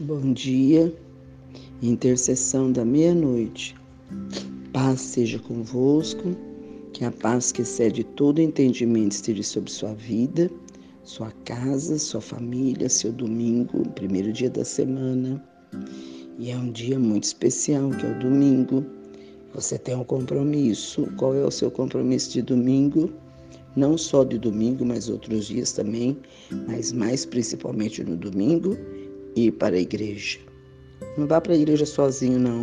Bom dia, intercessão da meia-noite. Paz seja convosco, que a paz que excede todo entendimento esteja sobre sua vida, sua casa, sua família, seu domingo, primeiro dia da semana. E é um dia muito especial, que é o domingo. Você tem um compromisso. Qual é o seu compromisso de domingo? Não só de domingo, mas outros dias também, mas mais principalmente no domingo, ir para a igreja. Não vá para a igreja sozinho, não.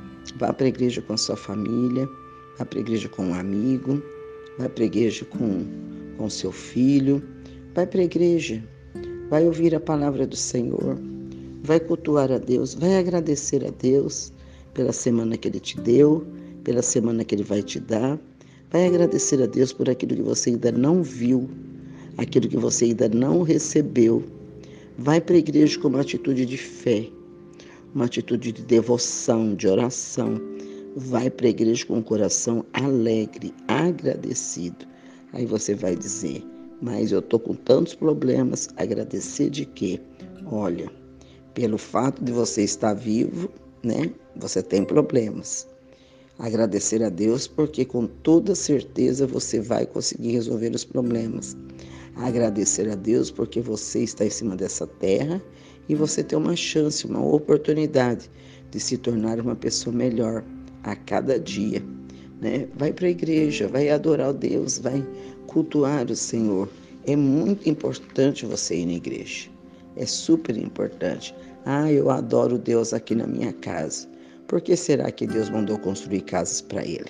Vá para a igreja com a sua família, vá para a igreja com um amigo, vá para a igreja com seu filho, vai para a igreja, vai ouvir a palavra do Senhor, vai cultuar a Deus, vai agradecer a Deus pela semana que Ele te deu, pela semana que Ele vai te dar, vai agradecer a Deus por aquilo que você ainda não viu, aquilo que você ainda não recebeu. Vai para a igreja com uma atitude de fé, uma atitude de devoção, de oração. Vai para a igreja com um coração alegre, agradecido. Aí você vai dizer, mas eu estou com tantos problemas, agradecer de quê? Olha, pelo fato de você estar vivo, né? Você tem problemas. Agradecer a Deus porque com toda certeza você vai conseguir resolver os problemas. Agradecer a Deus porque você está em cima dessa terra e você tem uma chance, uma oportunidade de se tornar uma pessoa melhor a cada dia, né? Vai para a igreja, vai adorar a Deus, vai cultuar o Senhor. É muito importante você ir na igreja. É super importante. Eu adoro Deus aqui na minha casa. Por que será que Deus mandou construir casas para Ele?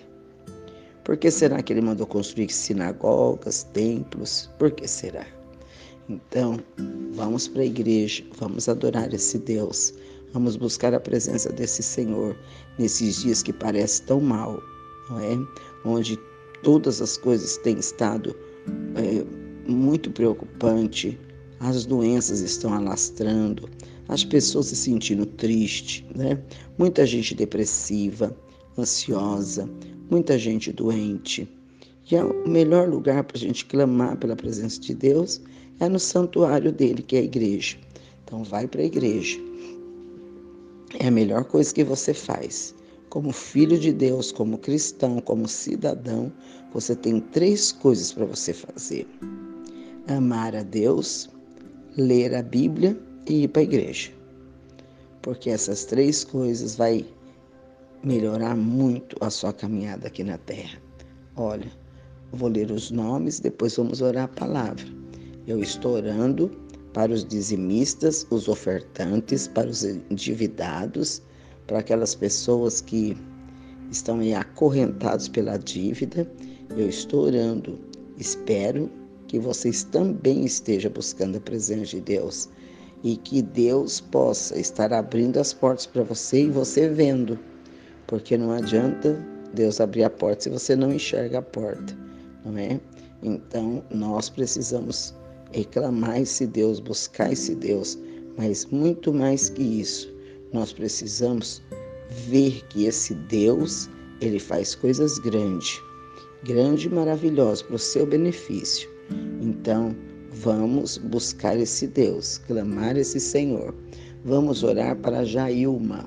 Por que será que Ele mandou construir sinagogas, templos? Por que será? Então, vamos para a igreja, vamos adorar esse Deus, vamos buscar a presença desse Senhor nesses dias que parece tão mal, não é? Onde todas as coisas têm estado muito preocupante, as doenças estão alastrando, as pessoas se sentindo tristes, né? Muita gente depressiva, ansiosa, muita gente doente. E é o melhor lugar para a gente clamar pela presença de Deus é no santuário dele, que é a igreja. Então vai para a igreja. É a melhor coisa que você faz. Como filho de Deus, como cristão, como cidadão, você tem 3 coisas para você fazer: amar a Deus, ler a Bíblia e ir para a igreja. Porque essas 3 coisas vai melhorar muito a sua caminhada aqui na terra. Olha, vou ler os nomes, depois vamos orar a palavra. Eu estou orando para os dizimistas, os ofertantes, para os endividados, para aquelas pessoas que estão aí acorrentados pela dívida. Eu estou orando. Espero que vocês também estejam buscando a presença de Deus e que Deus possa estar abrindo as portas para você e você vendo, porque não adianta Deus abrir a porta se você não enxerga a porta, não é? Então, nós precisamos reclamar esse Deus, buscar esse Deus, mas muito mais que isso, nós precisamos ver que esse Deus, ele faz coisas grandes e maravilhosas para o seu benefício. Então, vamos buscar esse Deus, clamar esse Senhor. Vamos orar para Jailma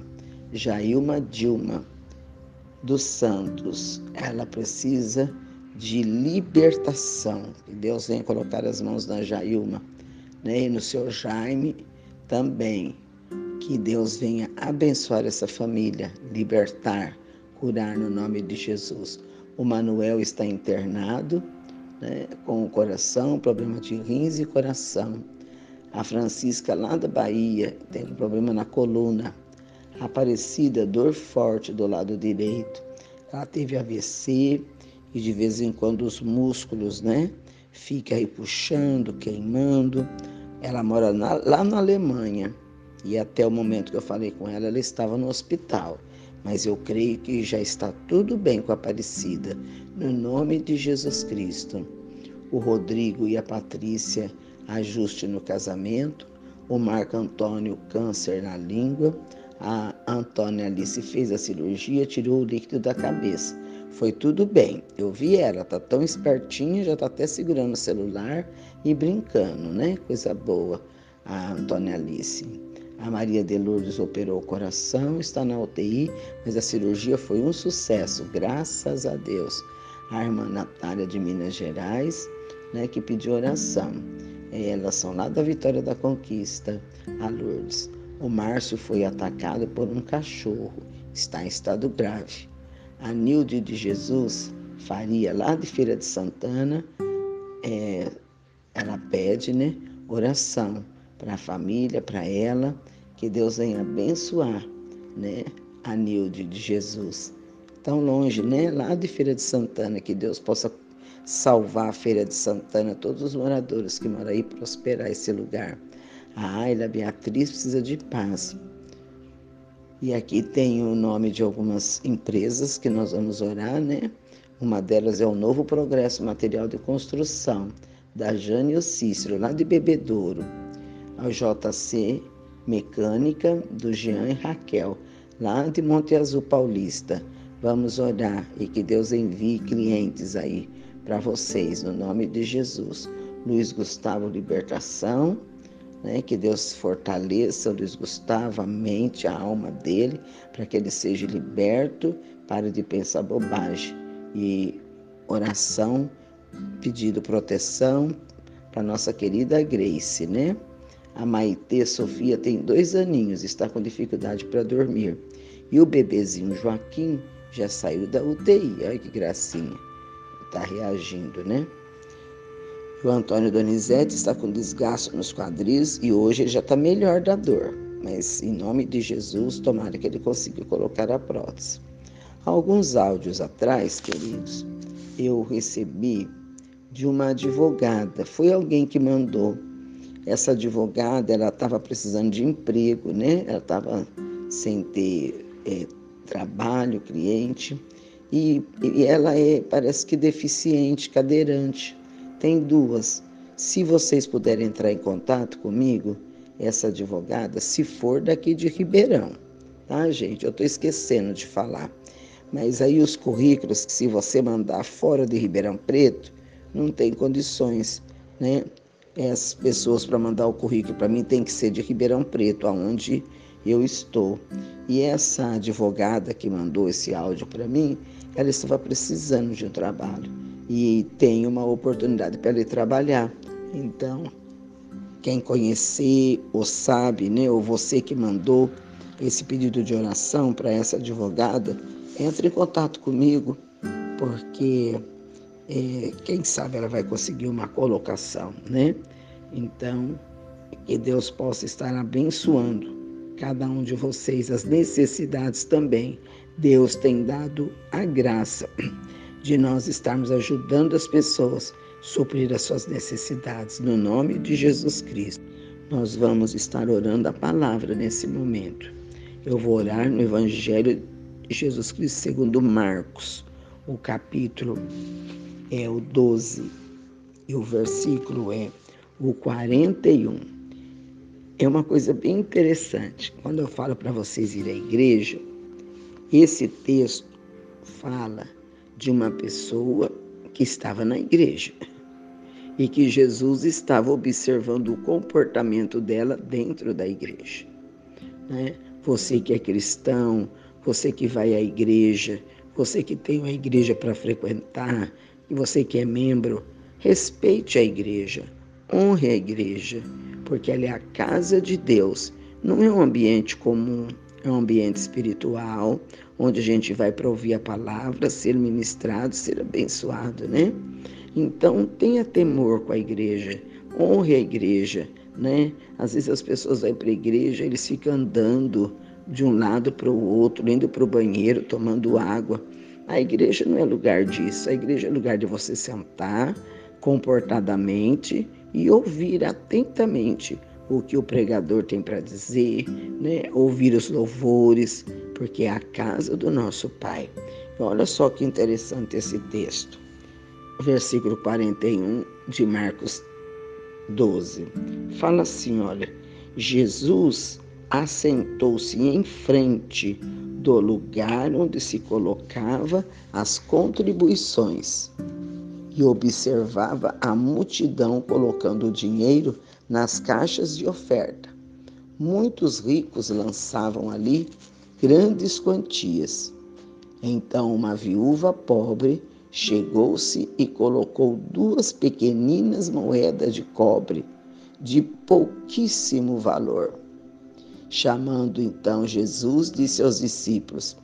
Dilma dos Santos. Ela precisa de libertação. Que Deus venha colocar as mãos na Jailma, né? E no seu Jaime também. Que Deus venha abençoar essa família, libertar, curar no nome de Jesus. O Manuel está internado, né, com o coração, problema de rins e coração. A Francisca, lá da Bahia, tem um problema na coluna. A Aparecida, dor forte do lado direito. Ela teve AVC e de vez em quando os músculos, né, fica aí puxando, queimando. Ela mora lá na Alemanha e até o momento que eu falei com ela, ela estava no hospital. Mas eu creio que já está tudo bem com a Aparecida, no nome de Jesus Cristo. O Rodrigo e a Patrícia, ajuste no casamento. O Marco Antônio, câncer na língua. A Antônia Alice fez a cirurgia, tirou o líquido da cabeça. Foi tudo bem. Eu vi ela, tá tão espertinha, já tá até segurando o celular e brincando, né? Coisa boa, a Antônia Alice. A Maria de Lourdes operou o coração, está na UTI, mas a cirurgia foi um sucesso, graças a Deus. A irmã Natália de Minas Gerais, né, que pediu oração. Elas são lá da Vitória da Conquista, a Lourdes. O Márcio foi atacado por um cachorro, está em estado grave. A Nilde de Jesus Faria, lá de Feira de Santana, ela pede, né, oração para a família, para ela, que Deus venha abençoar, né, a Nilde de Jesus. Tão longe, né, lá de Feira de Santana, que Deus possa salvar a Feira de Santana, todos os moradores que moram aí, prosperar esse lugar. A Ayla Beatriz precisa de paz. E aqui tem o nome de algumas empresas que nós vamos orar, né? Uma delas é o Novo Progresso Material de Construção, da Jane e o Cícero, lá de Bebedouro. A JC Mecânica, do Jean e Raquel, lá de Monte Azul Paulista. Vamos orar e que Deus envie clientes aí para vocês, no nome de Jesus. Luiz Gustavo Libertação, né? Que Deus fortaleça o Luiz Gustavo, a mente, a alma dele, para que ele seja liberto, pare de pensar bobagem. E oração, pedido proteção para nossa querida Grace, né? A Maitê Sofia tem 2 aninhos, está com dificuldade para dormir. E o bebezinho Joaquim já saiu da UTI, olha que gracinha, está reagindo, né? O Antônio Donizete está com desgaste nos quadris e hoje ele já está melhor da dor. Mas em nome de Jesus, tomara que ele consiga colocar a prótese. Há alguns áudios atrás, queridos, eu recebi de uma advogada. Foi alguém que mandou. Essa advogada, ela estava precisando de emprego, né? Ela estava sem ter trabalho, cliente. E ela parece que deficiente, cadeirante. Tem 2. Se vocês puderem entrar em contato comigo, essa advogada, se for daqui de Ribeirão, tá, gente? Eu estou esquecendo de falar. Mas aí os currículos, que se você mandar fora de Ribeirão Preto, não tem condições, né? As pessoas para mandar o currículo para mim tem que ser de Ribeirão Preto, aonde eu estou. E essa advogada que mandou esse áudio para mim, ela estava precisando de um trabalho e tem uma oportunidade para ele trabalhar. Então, quem conhecer ou sabe, né, ou você que mandou esse pedido de oração para essa advogada, entre em contato comigo, porque quem sabe ela vai conseguir uma colocação, né? Então, que Deus possa estar abençoando cada um de vocês, as necessidades também. Deus tem dado a graça de nós estarmos ajudando as pessoas a suprir as suas necessidades, no nome de Jesus Cristo. Nós vamos estar orando a palavra nesse momento. Eu vou orar no Evangelho de Jesus Cristo segundo Marcos, o capítulo é o 12 e o versículo é o 41. É uma coisa bem interessante. Quando eu falo para vocês ir à igreja, esse texto fala de uma pessoa que estava na igreja e que Jesus estava observando o comportamento dela dentro da igreja, né? Você que é cristão, você que vai à igreja, você que tem uma igreja para frequentar, e você que é membro, respeite a igreja, honre a igreja, porque ela é a casa de Deus. Não é um ambiente comum, é um ambiente espiritual, onde a gente vai para ouvir a palavra, ser ministrado, ser abençoado, né? Então, tenha temor com a igreja, honre a igreja, né? Às vezes as pessoas vão para a igreja, eles ficam andando de um lado para o outro, indo para o banheiro, tomando água. A igreja não é lugar disso, a igreja é lugar de você sentar comportadamente e ouvir atentamente o que o pregador tem para dizer, né? Ouvir os louvores, porque é a casa do nosso Pai. Olha só que interessante esse texto. Versículo 41 de Marcos 12. Fala assim, olha, Jesus assentou-se em frente do lugar onde se colocava as contribuições e observava a multidão colocando o dinheiro nas caixas de oferta. muitos ricos lançavam ali grandes quantias. Então uma viúva pobre chegou-se e colocou 2 pequeninas moedas de cobre, de pouquíssimo valor. Chamando então Jesus, disse aos discípulos: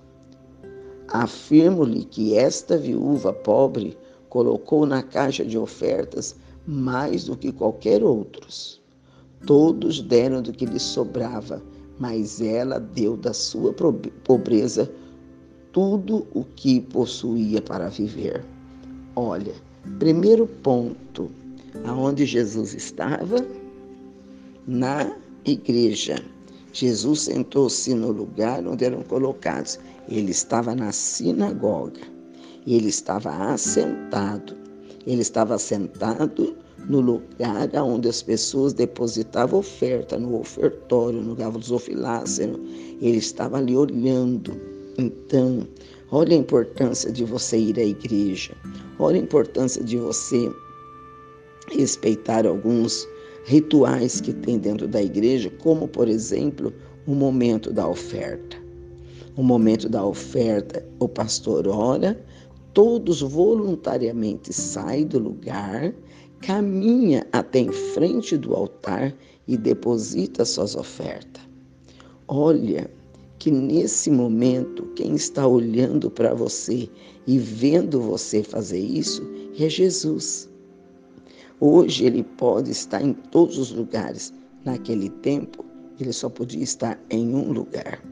Afirmo-lhe que esta viúva pobre colocou na caixa de ofertas mais do que qualquer outros. Todos deram do que lhes sobrava, mas ela deu da sua pobreza tudo o que possuía para viver. Olha, primeiro ponto, aonde Jesus estava? Na igreja. Jesus sentou-se no lugar onde eram colocados. Ele estava na sinagoga. Ele estava assentado. Ele estava sentado no lugar onde as pessoas depositavam oferta, no ofertório, no gasofiláceo. Ele estava ali olhando. Então, olha a importância de você ir à igreja. Olha a importância de você respeitar alguns rituais que tem dentro da igreja, como, por exemplo, o momento da oferta. O momento da oferta, o pastor ora, todos voluntariamente saem do lugar, caminha até em frente do altar e deposita suas ofertas. Olha que nesse momento, quem está olhando para você e vendo você fazer isso é Jesus. Hoje ele pode estar em todos os lugares. Naquele tempo, ele só podia estar em um lugar.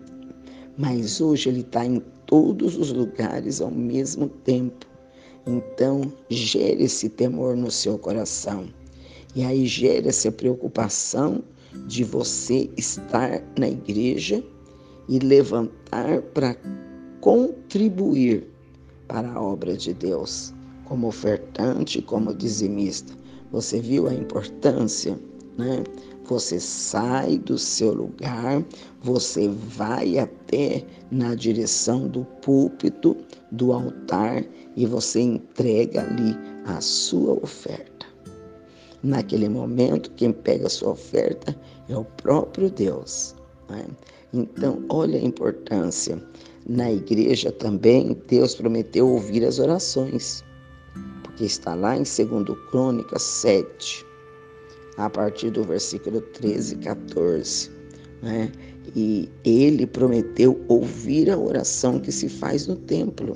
Mas hoje ele está em todos os lugares ao mesmo tempo. Então, gere esse temor no seu coração. E aí gere essa preocupação de você estar na igreja e levantar para contribuir para a obra de Deus, como ofertante, como dizimista. Você viu a importância, né? Você sai do seu lugar, você vai até na direção do púlpito, do altar, e você entrega ali a sua oferta. Naquele momento, quem pega a sua oferta é o próprio Deus, né? Então, olha a importância. Na igreja também, Deus prometeu ouvir as orações, porque está lá em 2 Crônicas 7, a partir do versículo 13 e 14. Né? E ele prometeu ouvir a oração que se faz no templo.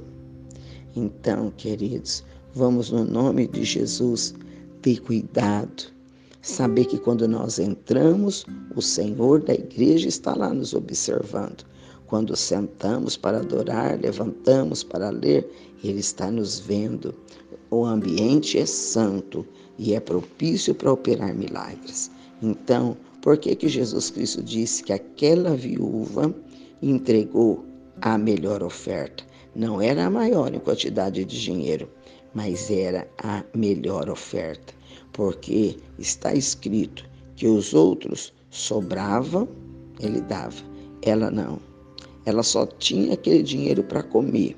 Então, queridos, vamos no nome de Jesus ter cuidado, saber que quando nós entramos, o Senhor da igreja está lá nos observando. Quando sentamos para adorar, levantamos para ler, Ele está nos vendo. O ambiente é santo e é propício para operar milagres. Então, por que Jesus Cristo disse que aquela viúva entregou a melhor oferta? Não era a maior em quantidade de dinheiro, mas era a melhor oferta, porque está escrito que os outros sobravam, ele dava, ela não. Ela só tinha aquele dinheiro para comer.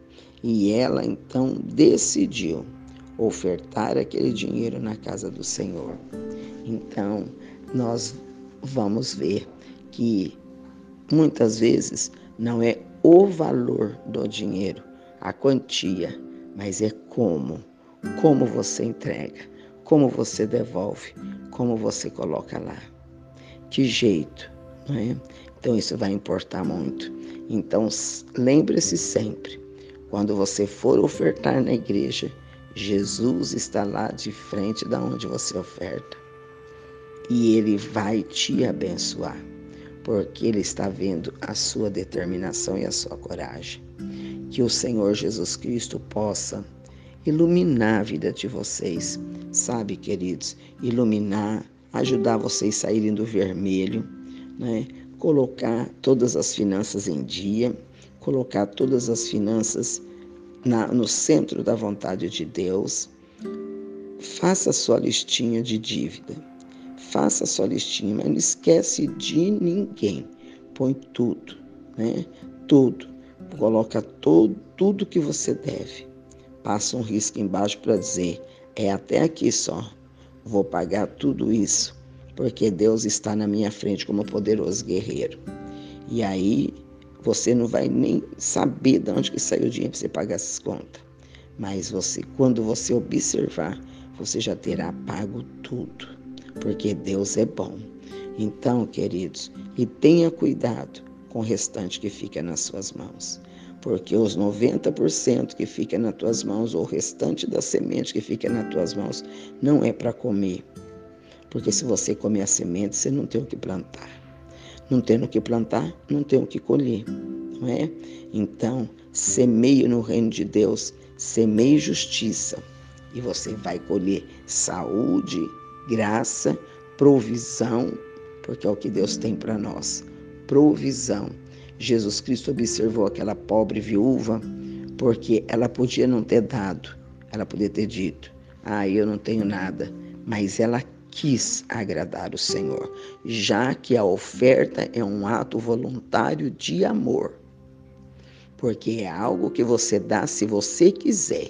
E ela então decidiu ofertar aquele dinheiro na casa do Senhor. Então, nós vamos ver que muitas vezes não é o valor do dinheiro, a quantia, mas é como você entrega, como você devolve, como você coloca lá. Que jeito, não é? Então isso vai importar muito. Então lembre-se sempre, quando você for ofertar na igreja, Jesus está lá de frente da onde você oferta. E Ele vai te abençoar, porque Ele está vendo a sua determinação e a sua coragem. Que o Senhor Jesus Cristo possa iluminar a vida de vocês, sabe, queridos? Iluminar, ajudar vocês a saírem do vermelho, né? Colocar todas as finanças em dia, colocar todas as finanças no centro da vontade de Deus. Faça a sua listinha de dívida. Faça a sua listinha, mas não esquece de ninguém. Põe tudo, né? Tudo. Coloca tudo que você deve. Passa um risco embaixo para dizer, é até aqui só. Vou pagar tudo isso porque Deus está na minha frente como poderoso guerreiro. E aí você não vai nem saber de onde que saiu o dinheiro para você pagar essas contas. Mas quando você observar, você já terá pago tudo, porque Deus é bom. Então, queridos, e tenha cuidado com o restante que fica nas suas mãos, porque os 90% que fica nas tuas mãos, ou o restante da semente que fica nas tuas mãos, não é para comer. Porque se você comer a semente, você não tem o que plantar. Não tendo o que plantar, não tem o que colher, não é? Então, semeie no reino de Deus, semeie justiça, e você vai colher saúde, graça, provisão, porque é o que Deus tem para nós, provisão. Jesus Cristo observou aquela pobre viúva, porque ela podia não ter dado, ela podia ter dito, eu não tenho nada, mas ela quis agradar o Senhor, já que a oferta é um ato voluntário de amor, porque é algo que você dá se você quiser.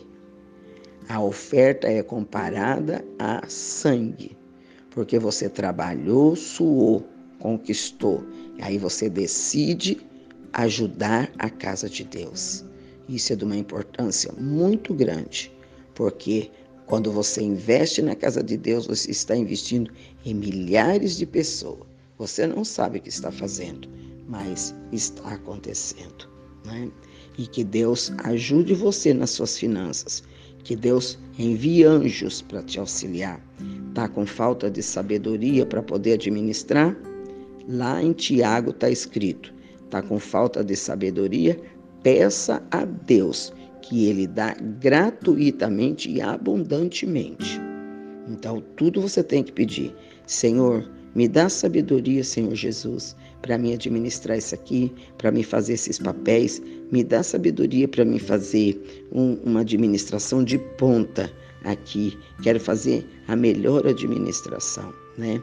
A oferta é comparada a sangue, porque você trabalhou, suou, conquistou, e aí você decide ajudar a casa de Deus. Isso é de uma importância muito grande, porque quando você investe na casa de Deus, você está investindo em milhares de pessoas. Você não sabe o que está fazendo, mas está acontecendo, né? E que Deus ajude você nas suas finanças. Que Deus envie anjos para te auxiliar. Está com falta de sabedoria para poder administrar? Lá em Tiago está escrito, está com falta de sabedoria? Peça a Deus, que Ele dá gratuitamente e abundantemente. Então, tudo você tem que pedir. Senhor, me dá sabedoria, Senhor Jesus, para me administrar isso aqui, para me fazer esses papéis. Me dá sabedoria para me fazer uma administração de ponta aqui. Quero fazer a melhor administração, né?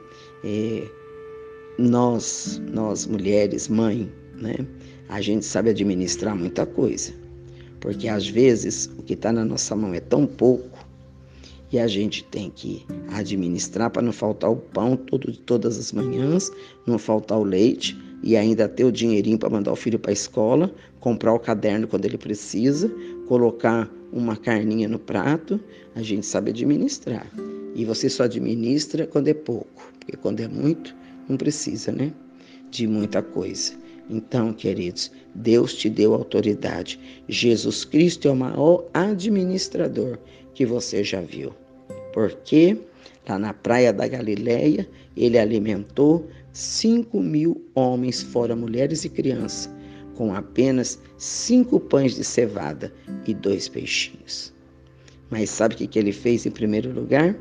Nós mulheres, mãe, né? A gente sabe administrar muita coisa. Porque às vezes o que está na nossa mão é tão pouco e a gente tem que administrar para não faltar o pão todas as manhãs, não faltar o leite e ainda ter o dinheirinho para mandar o filho para a escola, comprar o caderno quando ele precisa, colocar uma carninha no prato. A gente sabe administrar. E você só administra quando é pouco, porque quando é muito, não precisa, né? De muita coisa. Então, queridos, Deus te deu autoridade. Jesus Cristo é o maior administrador que você já viu. Porque lá na praia da Galileia, ele alimentou 5.000 homens, fora mulheres e crianças, com apenas 5 pães de cevada e 2 peixinhos. Mas sabe o que ele fez em primeiro lugar?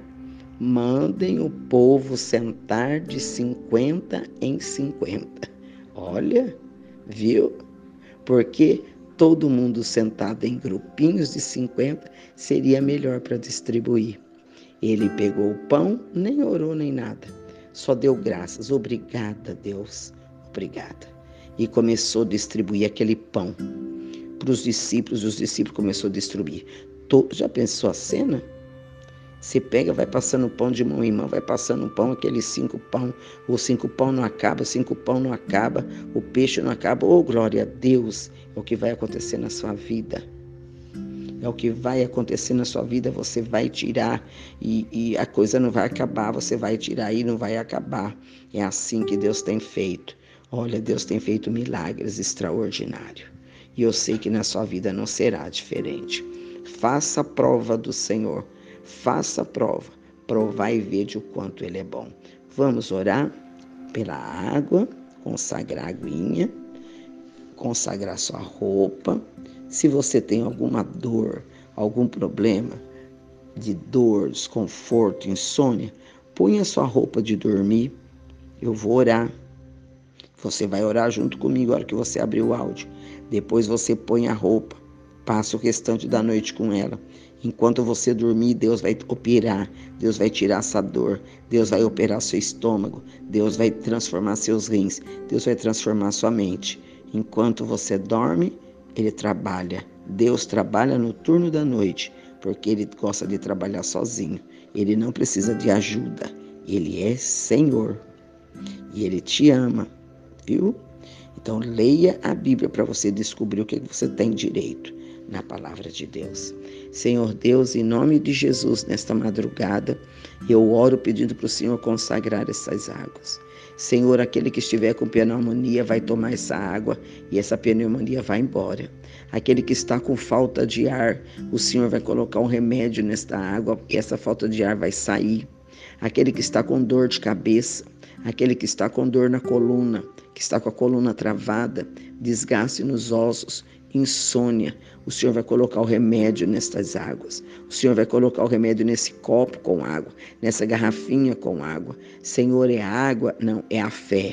Mandem o povo sentar de 50 em 50. Olha, viu? Porque todo mundo sentado em grupinhos de 50 seria melhor para distribuir. Ele pegou o pão, nem orou nem nada, só deu graças. Obrigada, Deus, obrigada. E começou a distribuir aquele pão para os discípulos, e os discípulos começaram a distribuir. Já pensou a cena? Você pega, vai passando pão de mão em mão, vai passando pão, aqueles 5 pão, os 5 pão não acaba, 5 pão não acaba, o peixe não acaba. Oh, glória a Deus, é o que vai acontecer na sua vida. É o que vai acontecer na sua vida, você vai tirar e a coisa não vai acabar, você vai tirar e não vai acabar. É assim que Deus tem feito. Olha, Deus tem feito milagres extraordinários. E eu sei que na sua vida não será diferente. Faça a prova do Senhor. Faça a prova, provar e ver de o quanto Ele é bom. Vamos orar pela água, consagrar a aguinha, consagrar sua roupa. Se você tem alguma dor, algum problema de dor, desconforto, insônia, ponha sua roupa de dormir. Eu vou orar. Você vai orar junto comigo na hora que você abrir o áudio. Depois você põe a roupa, passa o restante da noite com ela. Enquanto você dormir, Deus vai operar, Deus vai tirar essa dor, Deus vai operar seu estômago, Deus vai transformar seus rins, Deus vai transformar sua mente. Enquanto você dorme, Ele trabalha. Deus trabalha no turno da noite, porque Ele gosta de trabalhar sozinho. Ele não precisa de ajuda. Ele é Senhor e Ele te ama, viu? Então leia a Bíblia para você descobrir o que você tem direito na palavra de Deus. Senhor Deus, em nome de Jesus, nesta madrugada, eu oro pedindo para o Senhor consagrar essas águas. Senhor, aquele que estiver com pneumonia vai tomar essa água e essa pneumonia vai embora. Aquele que está com falta de ar, o Senhor vai colocar um remédio nesta água e essa falta de ar vai sair. Aquele que está com dor de cabeça, aquele que está com dor na coluna, que está com a coluna travada, desgaste nos ossos, insônia, o Senhor vai colocar o remédio nestas águas. O Senhor vai colocar o remédio nesse copo com água, nessa garrafinha com água. Senhor, é água? Não, é a fé.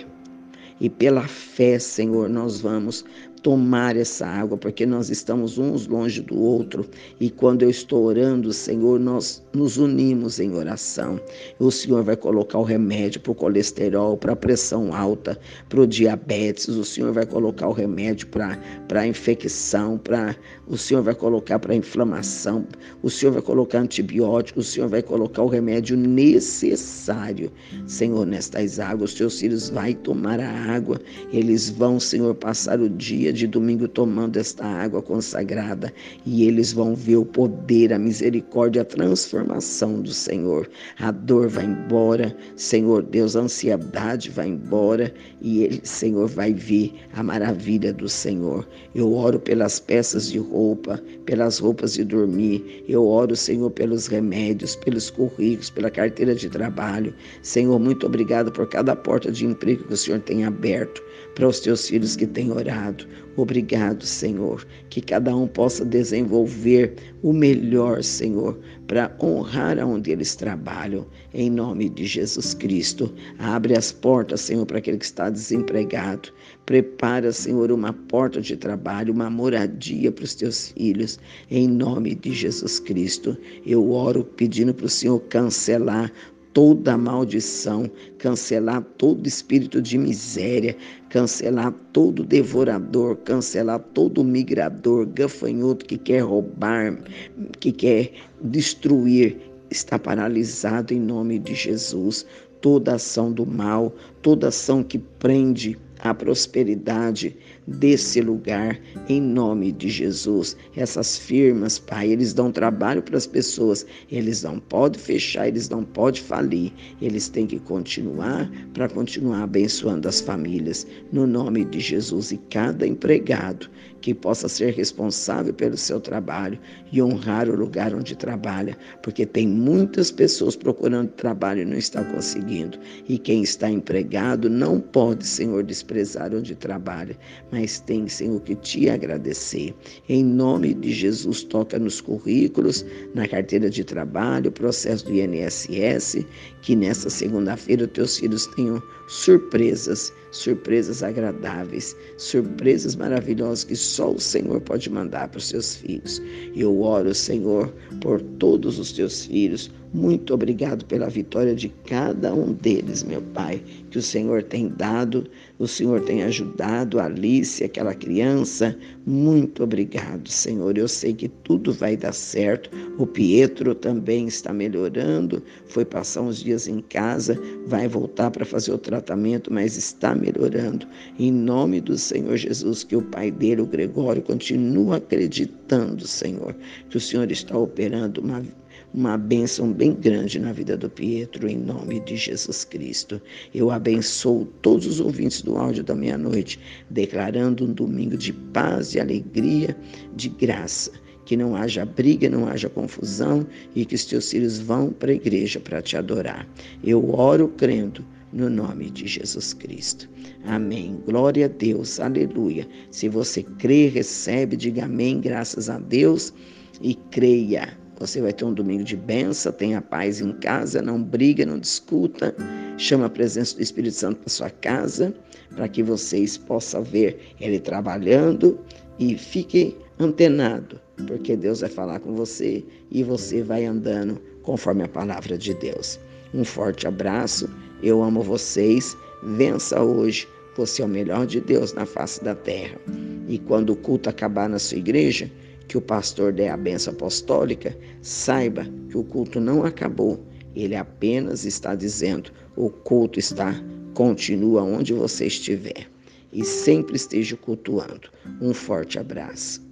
E pela fé, Senhor, nós vamos tomar essa água, porque nós estamos uns longe do outro. E quando eu estou orando, Senhor, nós nos unimos em oração. O Senhor vai colocar o remédio para o colesterol, para a pressão alta, para o diabetes. O Senhor vai colocar o remédio para a infecção, o Senhor vai colocar para a inflamação. O Senhor vai colocar antibiótico. O Senhor vai colocar o remédio necessário. Senhor, nestas águas, os teus filhos vão tomar a água. Eles vão, Senhor, passar o dia de domingo tomando esta água consagrada e eles vão ver o poder, a misericórdia, a transformação do Senhor. A dor vai embora, Senhor Deus, a ansiedade vai embora e ele, Senhor, vai ver a maravilha do Senhor. Eu oro pelas peças de roupa, pelas roupas de dormir. Eu oro, Senhor, pelos remédios, pelos currículos, pela carteira de trabalho. Senhor, muito obrigado por cada porta de emprego que o Senhor tem aberto para os teus filhos que têm orado. Obrigado, Senhor, que cada um possa desenvolver o melhor, Senhor, para honrar aonde eles trabalham, em nome de Jesus Cristo. Abre as portas, Senhor, para aquele que está desempregado. Prepara, Senhor, uma porta de trabalho, uma moradia para os teus filhos, em nome de Jesus Cristo. Eu oro pedindo para o Senhor cancelar toda maldição, cancelar todo espírito de miséria, cancelar todo devorador, cancelar todo migrador, gafanhoto que quer roubar, que quer destruir, está paralisado em nome de Jesus. Toda ação do mal, toda ação que prende a prosperidade desse lugar, em nome de Jesus. Essas firmas, Pai, eles dão trabalho para as pessoas, eles não podem fechar, eles não podem falir, eles têm que continuar para continuar abençoando as famílias, no nome de Jesus. E cada empregado que possa ser responsável pelo seu trabalho e honrar o lugar onde trabalha, porque tem muitas pessoas procurando trabalho e não está conseguindo, e quem está empregado não pode, Senhor, desprezar onde trabalha, mas tem, Senhor, que te agradecer. Em nome de Jesus, toca nos currículos, na carteira de trabalho, processo do INSS, que nessa segunda-feira os teus filhos tenham surpresas agradáveis, surpresas maravilhosas que só o Senhor pode mandar para os seus filhos. Eu oro, Senhor, por todos os teus filhos. Muito obrigado pela vitória de cada um deles, meu Pai, que o Senhor tem dado, o Senhor tem ajudado a Alice, aquela criança. Muito obrigado, Senhor. Eu sei que tudo vai dar certo. O Pietro também está melhorando, foi passar uns dias em casa, vai voltar para fazer o tratamento, mas está melhorando. Em nome do Senhor Jesus, que o pai dele, o Gregório, continua acreditando, Senhor, que o Senhor está operando uma bênção bem grande na vida do Pietro, em nome de Jesus Cristo. Eu abençoo todos os ouvintes do áudio da meia-noite, declarando um domingo de paz, de alegria, de graça. Que não haja briga, não haja confusão e que os teus filhos vão para a igreja para te adorar. Eu oro crendo no nome de Jesus Cristo. Amém. Glória a Deus. Aleluia. Se você crê, recebe, diga amém, graças a Deus e creia. Você vai ter um domingo de bênção, tenha paz em casa, não briga, não discuta. Chama a presença do Espírito Santo para sua casa, para que vocês possam ver Ele trabalhando e fique antenado, porque Deus vai falar com você e você vai andando conforme a palavra de Deus. Um forte abraço, eu amo vocês, vença hoje, você é o melhor de Deus na face da terra. E quando o culto acabar na sua igreja, que o pastor dê a bênção apostólica, saiba que o culto não acabou Ele apenas está dizendo: o culto continua onde você estiver. E sempre esteja cultuando. Um forte abraço.